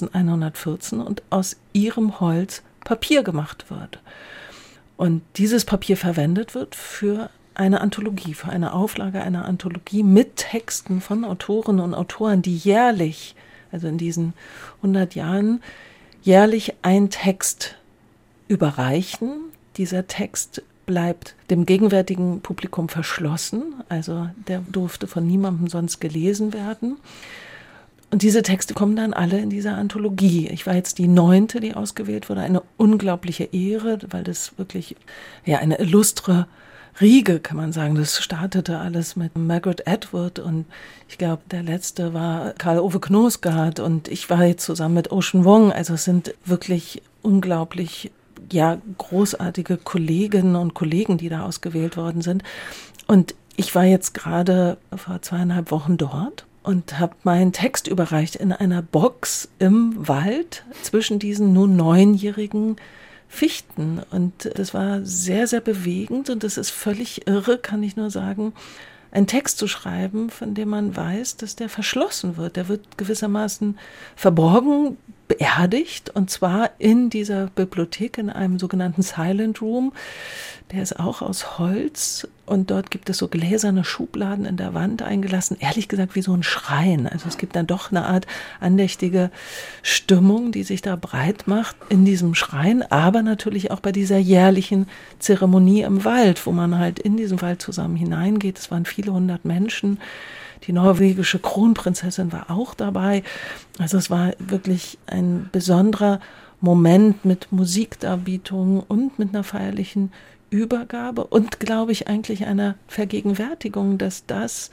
2114, und aus ihrem Holz Papier gemacht wird. Und dieses Papier verwendet wird für eine Anthologie, für eine Auflage einer Anthologie mit Texten von Autorinnen und Autoren, die jährlich, also in diesen 100 Jahren, jährlich einen Text überreichen. Dieser Text bleibt dem gegenwärtigen Publikum verschlossen, also der durfte von niemandem sonst gelesen werden. Und diese Texte kommen dann alle in dieser Anthologie. Ich war jetzt die 9., die ausgewählt wurde, eine unglaubliche Ehre, weil das wirklich eine illustre Riege, kann man sagen. Das startete alles mit Margaret Atwood und ich glaube, der letzte war Karl-Ove Knausgaard und ich war jetzt zusammen mit Ocean Vuong. Also es sind wirklich unglaublich großartige Kolleginnen und Kollegen, die da ausgewählt worden sind. Und ich war jetzt gerade vor 2,5 Wochen dort und habe meinen Text überreicht in einer Box im Wald zwischen diesen nun 9-jährigen Fichten. Und das war sehr, sehr bewegend und es ist völlig irre, kann ich nur sagen, einen Text zu schreiben, von dem man weiß, dass der verschlossen wird. Der wird gewissermaßen verborgen, beerdigt, und zwar in dieser Bibliothek, in einem sogenannten Silent Room. Der ist auch aus Holz und dort gibt es so gläserne Schubladen in der Wand eingelassen, ehrlich gesagt wie so ein Schrein. Also es gibt dann doch eine Art andächtige Stimmung, die sich da breit macht in diesem Schrein, aber natürlich auch bei dieser jährlichen Zeremonie im Wald, wo man halt in diesen Wald zusammen hineingeht. Es waren viele hundert Menschen. Die norwegische Kronprinzessin war auch dabei. Also es war wirklich ein besonderer Moment mit Musikdarbietungen und mit einer feierlichen Übergabe und, glaube ich, eigentlich einer Vergegenwärtigung, dass das,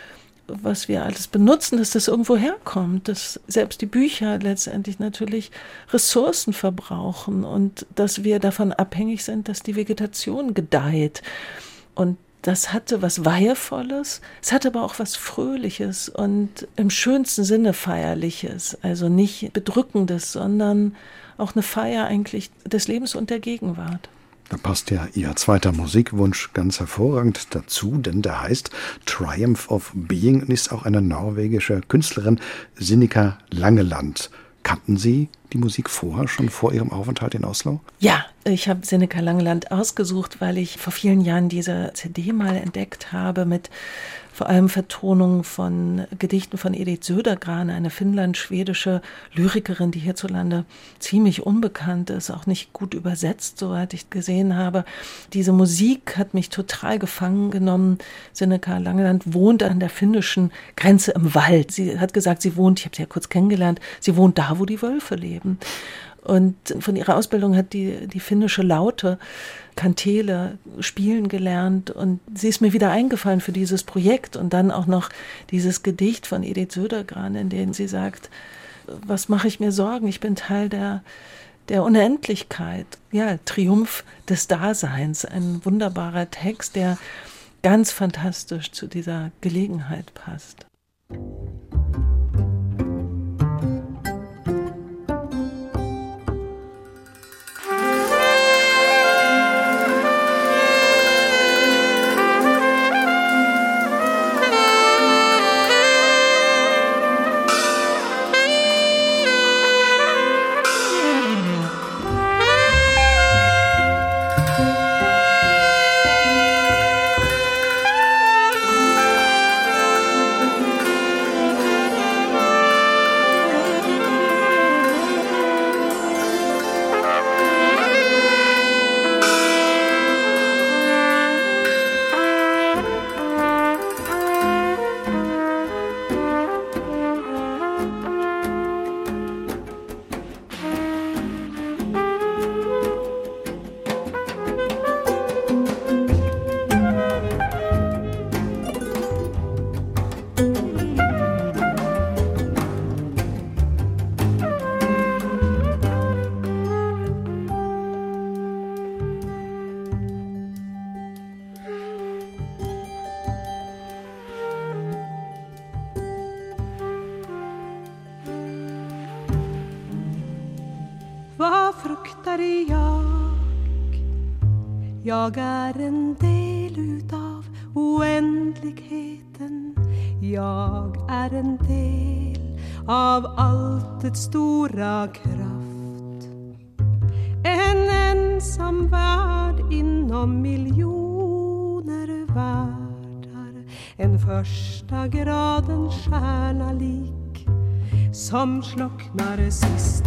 was wir alles benutzen, dass das irgendwo herkommt, dass selbst die Bücher letztendlich natürlich Ressourcen verbrauchen und dass wir davon abhängig sind, dass die Vegetation gedeiht. Und das hatte was Weihevolles, es hatte aber auch was Fröhliches und im schönsten Sinne Feierliches, also nicht Bedrückendes, sondern auch eine Feier eigentlich des Lebens und der Gegenwart. Da passt ja Ihr zweiter Musikwunsch ganz hervorragend dazu, denn der heißt Triumph of Being und ist auch eine norwegische Künstlerin, Sinikka Langeland. Kannten Sie die Musik vorher, schon vor Ihrem Aufenthalt in Oslo? Ja, ich habe Sinikka Langeland ausgesucht, weil ich vor vielen Jahren diese CD mal entdeckt habe mit vor allem Vertonungen von Gedichten von Edith Södergran, eine finnland-schwedische Lyrikerin, die hierzulande ziemlich unbekannt ist, auch nicht gut übersetzt, soweit ich gesehen habe. Diese Musik hat mich total gefangen genommen. Sinikka Langeland wohnt an der finnischen Grenze im Wald. Sie hat gesagt, sie wohnt, ich habe sie ja kurz kennengelernt, sie wohnt da, wo die Wölfe leben. Und von ihrer Ausbildung hat die finnische Laute, Kantele spielen gelernt und sie ist mir wieder eingefallen für dieses Projekt und dann auch noch dieses Gedicht von Edith Södergran, in dem sie sagt, was mache ich mir Sorgen, ich bin Teil der Unendlichkeit, ja, Triumph des Daseins, ein wunderbarer Text, der ganz fantastisch zu dieser Gelegenheit passt. Vad fruktar jag är en del utav oändligheten. Jag är en del av alltets stora kraft. En ensam värld inom miljoner världar. En första gradens stjärna lik som slocknar sist.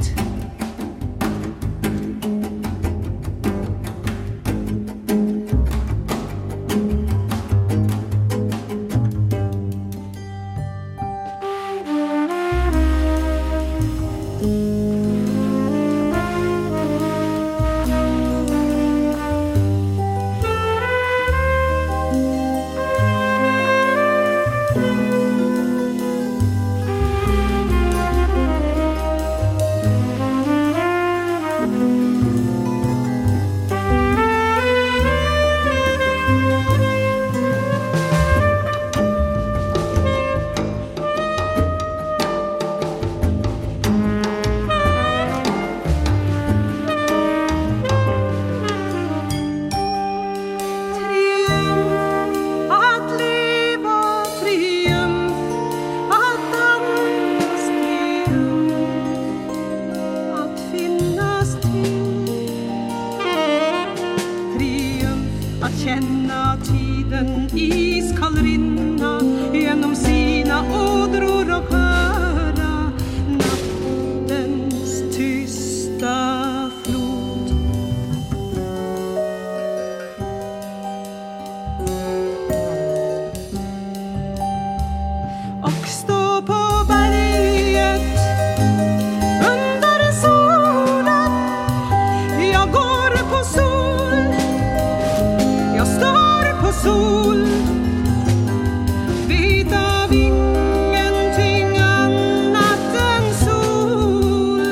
känna tiden iskall rinna genom sina ådror och höra nattens tysta flod. Och stå på berget under solen. Jag går på sol, jag står på sol. Vet av ingenting annat än sol.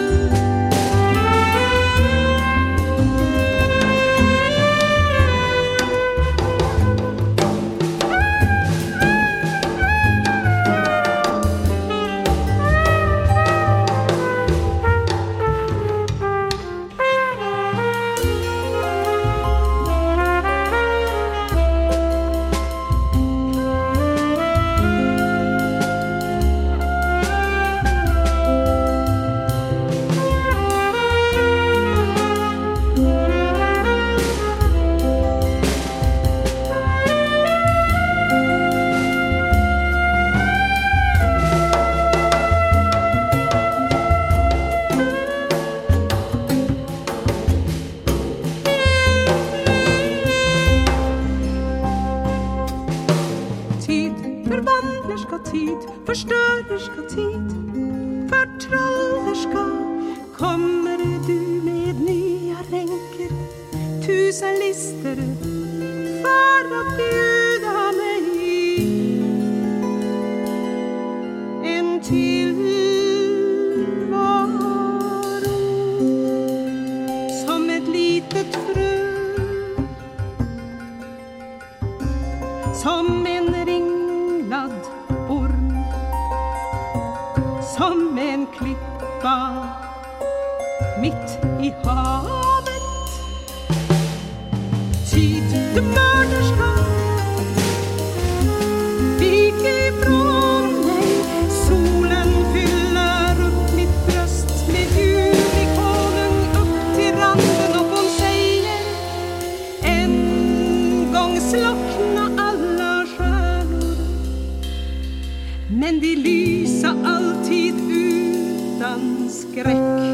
Tid, förvandlerska tid, förstörerska tid, förtrollerska. Kommer du med nya ränker, 1000 lister för att bjuda mig en tillvaro som ett litet frö, som en ringlad orm, som en klippa mitt i havet. Tid, du mörderska, vik ifrån mig. Solen fyller upp mitt bröst med ljuvlig honung upp till randen. Och hon säger, en gång slockna alla stjärnor, men de lysa alltid utan skräck.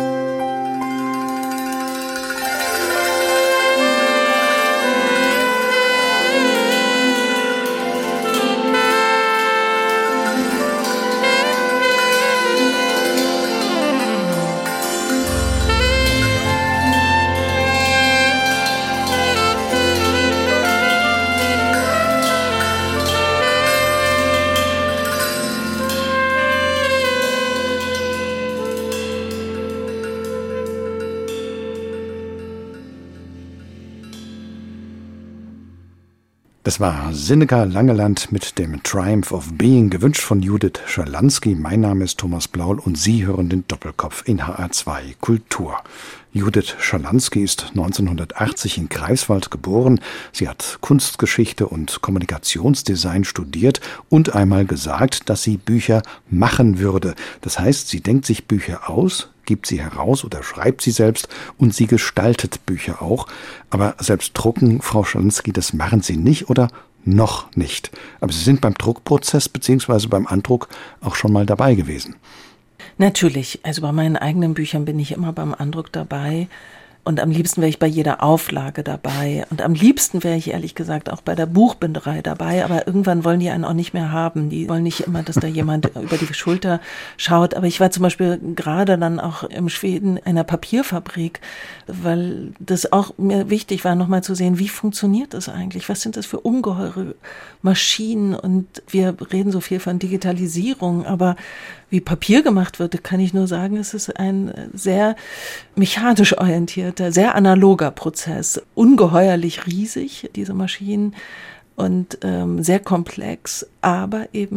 Das war Sinneka Langeland mit dem Triumph of Being, gewünscht von Judith Schalansky. Mein Name ist Thomas Blaul und Sie hören den Doppelkopf in HR2 Kultur. Judith Schalansky ist 1980 in Greifswald geboren. Sie hat Kunstgeschichte und Kommunikationsdesign studiert und einmal gesagt, dass sie Bücher machen würde. Das heißt, sie denkt sich Bücher aus, gibt sie heraus oder schreibt sie selbst und sie gestaltet Bücher auch. Aber selbst drucken, Frau Schalansky, das machen Sie nicht oder noch nicht. Aber Sie sind beim Druckprozess bzw. beim Andruck auch schon mal dabei gewesen. Natürlich, also bei meinen eigenen Büchern bin ich immer beim Andruck dabei. Und am liebsten wäre ich bei jeder Auflage dabei. Und am liebsten wäre ich ehrlich gesagt auch bei der Buchbinderei dabei. Aber irgendwann wollen die einen auch nicht mehr haben. Die wollen nicht immer, dass da jemand über die Schulter schaut. Aber ich war zum Beispiel gerade dann auch im Schweden in einer Papierfabrik, weil das auch mir wichtig war, nochmal zu sehen, wie funktioniert das eigentlich? Was sind das für ungeheure Maschinen? Und wir reden so viel von Digitalisierung, aber wie Papier gemacht wird, kann ich nur sagen, es ist ein sehr mechanisch orientierter, sehr analoger Prozess. Ungeheuerlich riesig, diese Maschinen, und sehr komplex, aber eben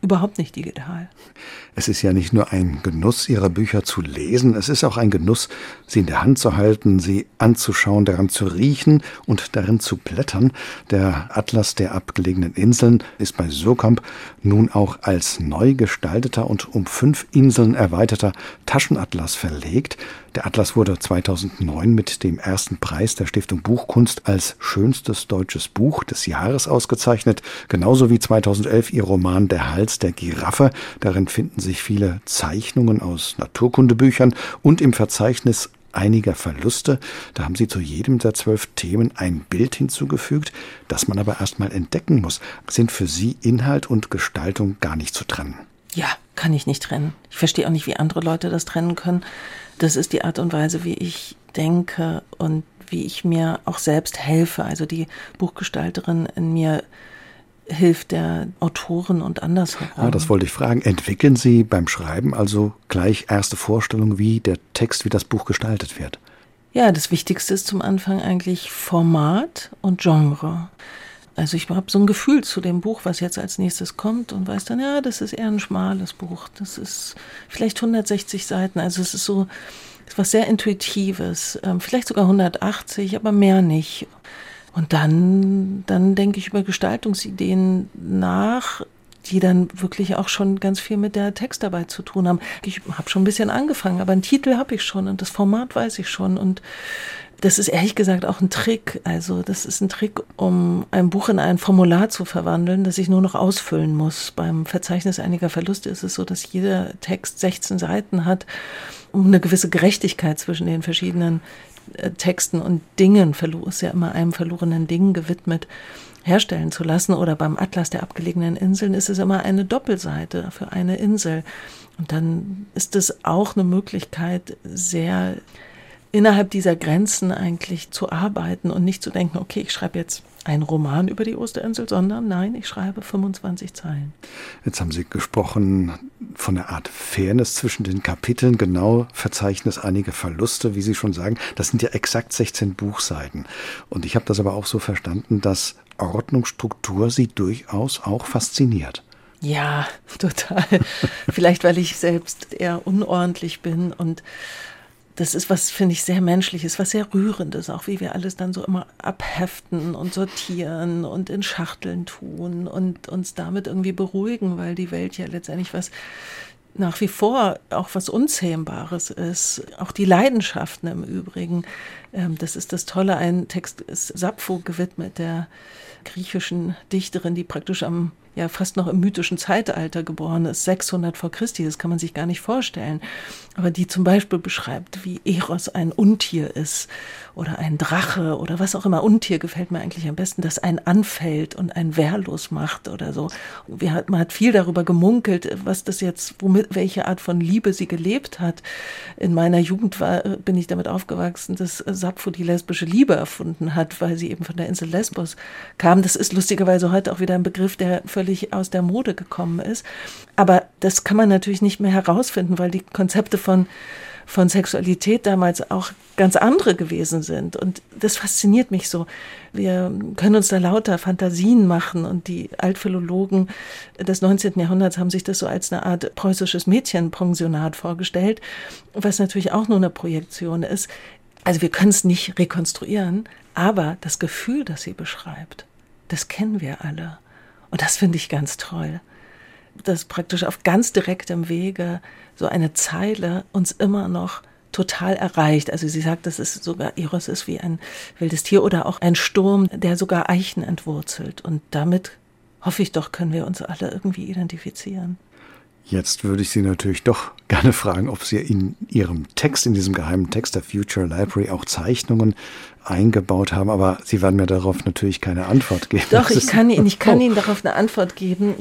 überhaupt nicht digital. Es ist ja nicht nur ein Genuss, Ihre Bücher zu lesen, es ist auch ein Genuss, sie in der Hand zu halten, sie anzuschauen, daran zu riechen und darin zu blättern. Der Atlas der abgelegenen Inseln ist bei Suhrkamp nun auch als neu gestalteter und um 5 Inseln erweiterter Taschenatlas verlegt. Der Atlas wurde 2009 mit dem ersten Preis der Stiftung Buchkunst als schönstes deutsches Buch des Jahres ausgezeichnet, genauso wie 2011 ihr Roman Der Hals der Giraffe. Darin finden sich viele Zeichnungen aus Naturkundebüchern und im Verzeichnis einiger Verluste. Da haben Sie zu jedem der 12 Themen ein Bild hinzugefügt, das man aber erst mal entdecken muss. Sind für Sie Inhalt und Gestaltung gar nicht zu trennen? Ja, kann ich nicht trennen. Ich verstehe auch nicht, wie andere Leute das trennen können. Das ist die Art und Weise, wie ich denke und wie ich mir auch selbst helfe. Also die Buchgestalterin in mir hilft der Autorin und andersherum. Ja, das wollte ich fragen. Entwickeln Sie beim Schreiben also gleich erste Vorstellungen, wie der Text, wie das Buch gestaltet wird? Ja, das Wichtigste ist zum Anfang eigentlich Format und Genre. Also ich habe so ein Gefühl zu dem Buch, was jetzt als nächstes kommt und weiß dann, ja, das ist eher ein schmales Buch. Das ist vielleicht 160 Seiten. Also es ist so was sehr Intuitives. Vielleicht sogar 180, aber mehr nicht. Und dann denke ich über Gestaltungsideen nach, die dann wirklich auch schon ganz viel mit der Textarbeit zu tun haben. Ich habe schon ein bisschen angefangen, aber einen Titel habe ich schon und das Format weiß ich schon. Und das ist ehrlich gesagt auch ein Trick. Also das ist ein Trick, um ein Buch in ein Formular zu verwandeln, das ich nur noch ausfüllen muss. Beim Verzeichnis einiger Verluste ist es so, dass jeder Text 16 Seiten hat, um eine gewisse Gerechtigkeit zwischen den verschiedenen Texten und Dingen, ist ja immer einem verlorenen Ding gewidmet, herstellen zu lassen. Oder beim Atlas der abgelegenen Inseln ist es immer eine Doppelseite für eine Insel. Und dann ist es auch eine Möglichkeit, sehr innerhalb dieser Grenzen eigentlich zu arbeiten und nicht zu denken, okay, ich schreibe jetzt einen Roman über die Osterinsel, sondern nein, ich schreibe 25 Zeilen. Jetzt haben Sie gesprochen von der Art Fairness zwischen den Kapiteln, genau, Verzeichnis einiger Verluste, wie Sie schon sagen. Das sind ja exakt 16 Buchseiten. Und ich habe das aber auch so verstanden, dass Ordnungsstruktur Sie durchaus auch fasziniert. Ja, total. Vielleicht, weil ich selbst eher unordentlich bin und das ist was, finde ich, sehr Menschliches, was sehr Rührendes, auch wie wir alles dann so immer abheften und sortieren und in Schachteln tun und uns damit irgendwie beruhigen, weil die Welt ja letztendlich was nach wie vor auch was Unzähmbares ist. Auch die Leidenschaften im Übrigen. Das ist das Tolle. Ein Text ist Sappho gewidmet, der griechischen Dichterin, die praktisch fast noch im mythischen Zeitalter geboren ist, 600 vor Christi, das kann man sich gar nicht vorstellen. Aber die zum Beispiel beschreibt, wie Eros ein Untier ist oder ein Drache oder was auch immer. Untier gefällt mir eigentlich am besten, das einen anfällt und einen wehrlos macht oder so. Man hat viel darüber gemunkelt, was das jetzt, welche Art von Liebe sie gelebt hat. In meiner Jugend bin ich damit aufgewachsen, dass Sappho die lesbische Liebe erfunden hat, weil sie eben von der Insel Lesbos kam. Das ist lustigerweise heute auch wieder ein Begriff, der völlig aus der Mode gekommen ist. Aber das kann man natürlich nicht mehr herausfinden, weil die Konzepte von Sexualität damals auch ganz andere gewesen sind. Und das fasziniert mich so. Wir können uns da lauter Fantasien machen und die Altphilologen des 19. Jahrhunderts haben sich das so als eine Art preußisches Mädchenpensionat vorgestellt, was natürlich auch nur eine Projektion ist. Also wir können es nicht rekonstruieren, aber das Gefühl, das sie beschreibt, das kennen wir alle. Und das finde ich ganz toll, dass praktisch auf ganz direktem Wege so eine Zeile uns immer noch total erreicht. Also sie sagt, das ist sogar, Eros ist wie ein wildes Tier oder auch ein Sturm, der sogar Eichen entwurzelt. Und damit, hoffe ich doch, können wir uns alle irgendwie identifizieren. Jetzt würde ich Sie natürlich doch gerne fragen, ob Sie in Ihrem Text, in diesem geheimen Text der Future Library auch Zeichnungen eingebaut haben, aber Sie werden mir darauf natürlich keine Antwort geben. Doch, ich kann Ihnen darauf eine Antwort geben.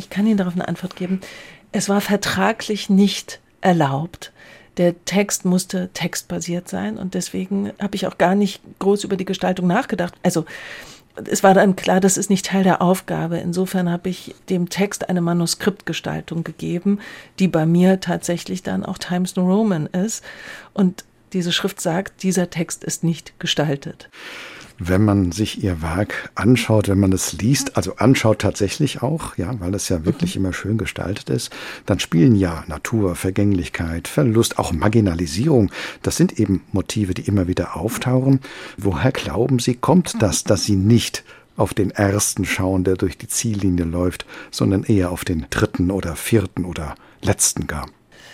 Es war vertraglich nicht erlaubt. Der Text musste textbasiert sein und deswegen habe ich auch gar nicht groß über die Gestaltung nachgedacht. Also es war dann klar, das ist nicht Teil der Aufgabe. Insofern habe ich dem Text eine Manuskriptgestaltung gegeben, die bei mir tatsächlich dann auch Times New Roman ist. Und diese Schrift sagt, dieser Text ist nicht gestaltet. wenn man sich ihr Werk anschaut, wenn man es liest, also anschaut tatsächlich auch, ja, weil es ja wirklich immer schön gestaltet ist, dann spielen ja Natur, Vergänglichkeit, Verlust, auch Marginalisierung, das sind eben Motive, die immer wieder auftauchen. Woher glauben Sie, kommt das, dass Sie nicht auf den ersten schauen, der durch die Ziellinie läuft, sondern eher auf den dritten oder vierten oder letzten gar?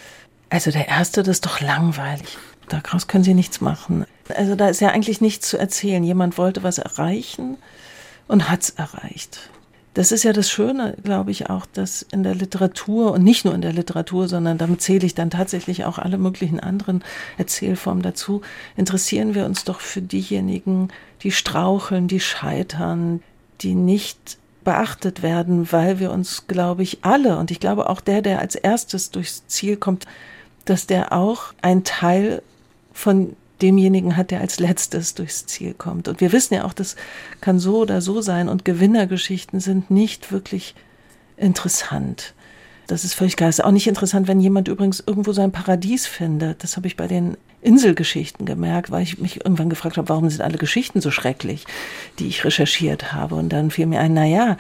Also der erste, das ist doch langweilig. Daraus können Sie nichts machen. Also da ist ja eigentlich nichts zu erzählen. Jemand wollte was erreichen und hat es erreicht. Das ist ja das Schöne, glaube ich, auch, dass in der Literatur und nicht nur in der Literatur, sondern damit zähle ich dann tatsächlich auch alle möglichen anderen Erzählformen dazu, interessieren wir uns doch für diejenigen, die straucheln, die scheitern, die nicht beachtet werden, weil wir uns, glaube ich, alle, und ich glaube auch der als erstes durchs Ziel kommt, dass der auch ein Teil von demjenigen hat, der als letztes durchs Ziel kommt. Und wir wissen ja auch, das kann so oder so sein und Gewinnergeschichten sind nicht wirklich interessant. Das ist völlig klar. Es ist auch nicht interessant, wenn jemand übrigens irgendwo sein Paradies findet. Das habe ich bei den Inselgeschichten gemerkt, weil ich mich irgendwann gefragt habe, warum sind alle Geschichten so schrecklich, die ich recherchiert habe. Und dann fiel mir ein,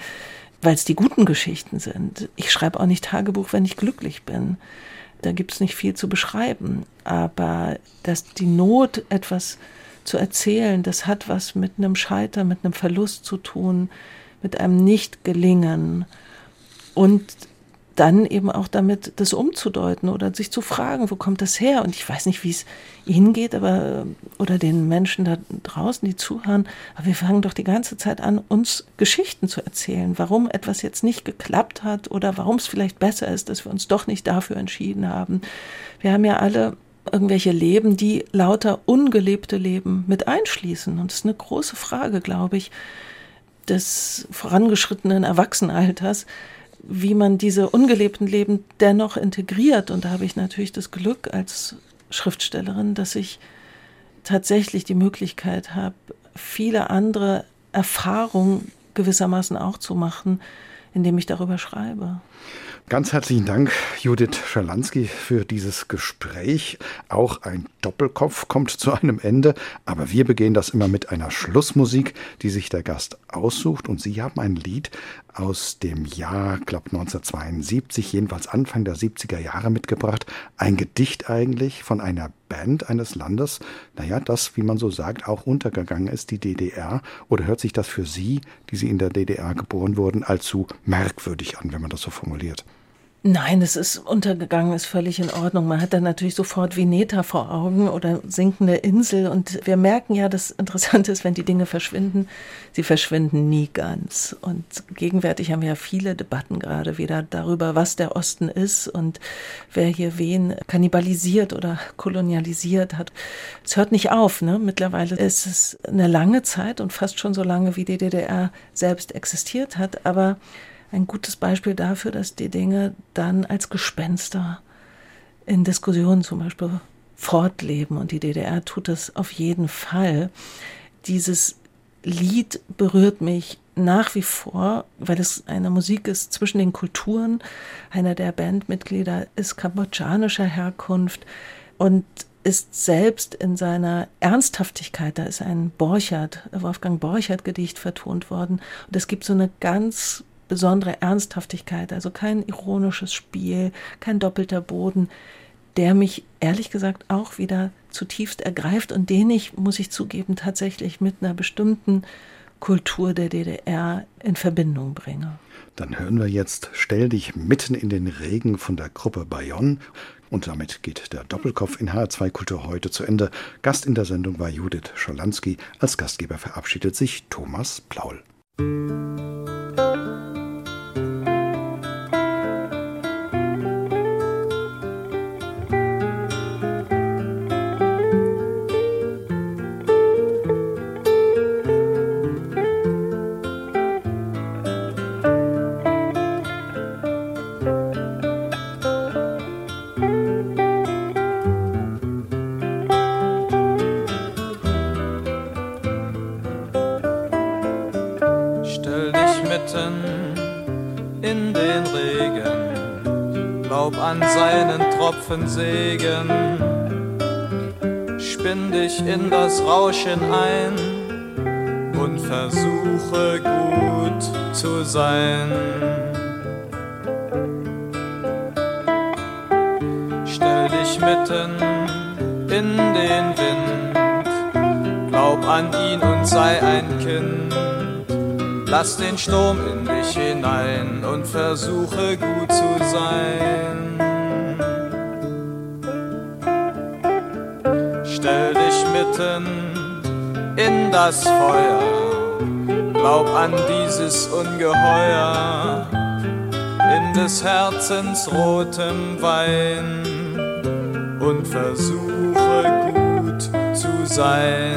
weil es die guten Geschichten sind. Ich schreibe auch nicht Tagebuch, wenn ich glücklich bin. Da gibt es nicht viel zu beschreiben. Aber dass die Not, etwas zu erzählen, das hat was mit einem Scheitern, mit einem Verlust zu tun, mit einem Nicht-Gelingen. Und dann eben auch damit, das umzudeuten oder sich zu fragen, wo kommt das her? Und ich weiß nicht, wie es Ihnen geht, aber oder den Menschen da draußen, die zuhören, aber wir fangen doch die ganze Zeit an, uns Geschichten zu erzählen, warum etwas jetzt nicht geklappt hat oder warum es vielleicht besser ist, dass wir uns doch nicht dafür entschieden haben. Wir haben ja alle irgendwelche Leben, die lauter ungelebte Leben mit einschließen. Und das ist eine große Frage, glaube ich, des vorangeschrittenen Erwachsenenalters, wie man diese ungelebten Leben dennoch integriert. Und da habe ich natürlich das Glück als Schriftstellerin, dass ich tatsächlich die Möglichkeit habe, viele andere Erfahrungen gewissermaßen auch zu machen, indem ich darüber schreibe. Ganz herzlichen Dank, Judith Scherlansky, für dieses Gespräch. Auch ein Doppelkopf kommt zu einem Ende, aber wir begehen das immer mit einer Schlussmusik, die sich der Gast aussucht. Und Sie haben ein Lied aus dem Jahr, glaube 1972, jedenfalls Anfang der 70er Jahre mitgebracht. Ein Gedicht eigentlich von einer Band eines Landes, das, wie man so sagt, auch untergegangen ist, die DDR. Oder hört sich das für Sie, die Sie in der DDR geboren wurden, allzu merkwürdig an, wenn man das so formuliert? Nein, es ist untergegangen, ist völlig in Ordnung. Man hat dann natürlich sofort Vineta vor Augen oder sinkende Insel. Und wir merken ja, das Interessante ist, wenn die Dinge verschwinden, sie verschwinden nie ganz. Und gegenwärtig haben wir ja viele Debatten gerade wieder darüber, was der Osten ist und wer hier wen kannibalisiert oder kolonialisiert hat. Es hört nicht auf, ne? Mittlerweile ist es eine lange Zeit und fast schon so lange, wie die DDR selbst existiert hat, aber ein gutes Beispiel dafür, dass die Dinge dann als Gespenster in Diskussionen zum Beispiel fortleben. Und die DDR tut das auf jeden Fall. Dieses Lied berührt mich nach wie vor, weil es eine Musik ist zwischen den Kulturen. Einer der Bandmitglieder ist kambodschanischer Herkunft und ist selbst in seiner Ernsthaftigkeit, da ist ein Wolfgang Borchert-Gedicht vertont worden. Und es gibt so eine ganz besondere Ernsthaftigkeit, also kein ironisches Spiel, kein doppelter Boden, der mich ehrlich gesagt auch wieder zutiefst ergreift und den ich, muss ich zugeben, tatsächlich mit einer bestimmten Kultur der DDR in Verbindung bringe. Dann hören wir jetzt Stell dich mitten in den Regen von der Gruppe Bayonne. Und damit geht der Doppelkopf in HR2 Kultur heute zu Ende. Gast in der Sendung war Judith Scherlansky. Als Gastgeber verabschiedet sich Thomas Plaul. An seinen Tropfen Segen, spinn dich in das Rauschen ein, versuche gut zu sein. Stell dich mitten in den Wind, glaub an ihn und sei ein Kind. Lass den Sturm in dich hinein und versuche gut zu sein. Stell dich mitten in das Feuer, glaub an dieses Ungeheuer, in des Herzens rotem Wein und versuche gut zu sein.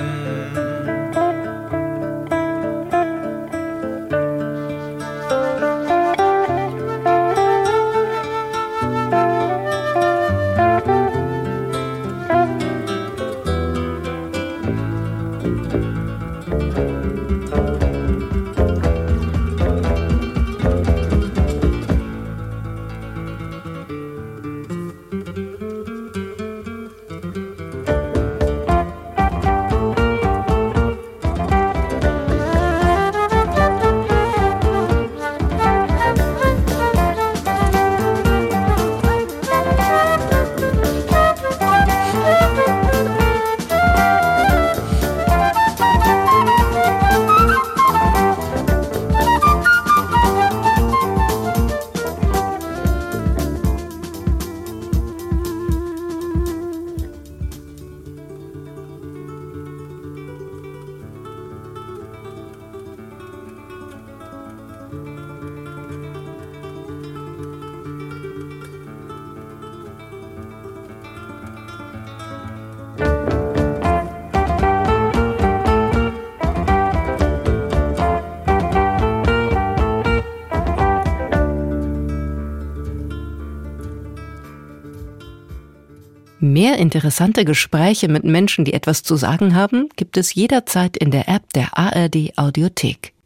Mehr interessante Gespräche mit Menschen, die etwas zu sagen haben, gibt es jederzeit in der App der ARD Audiothek.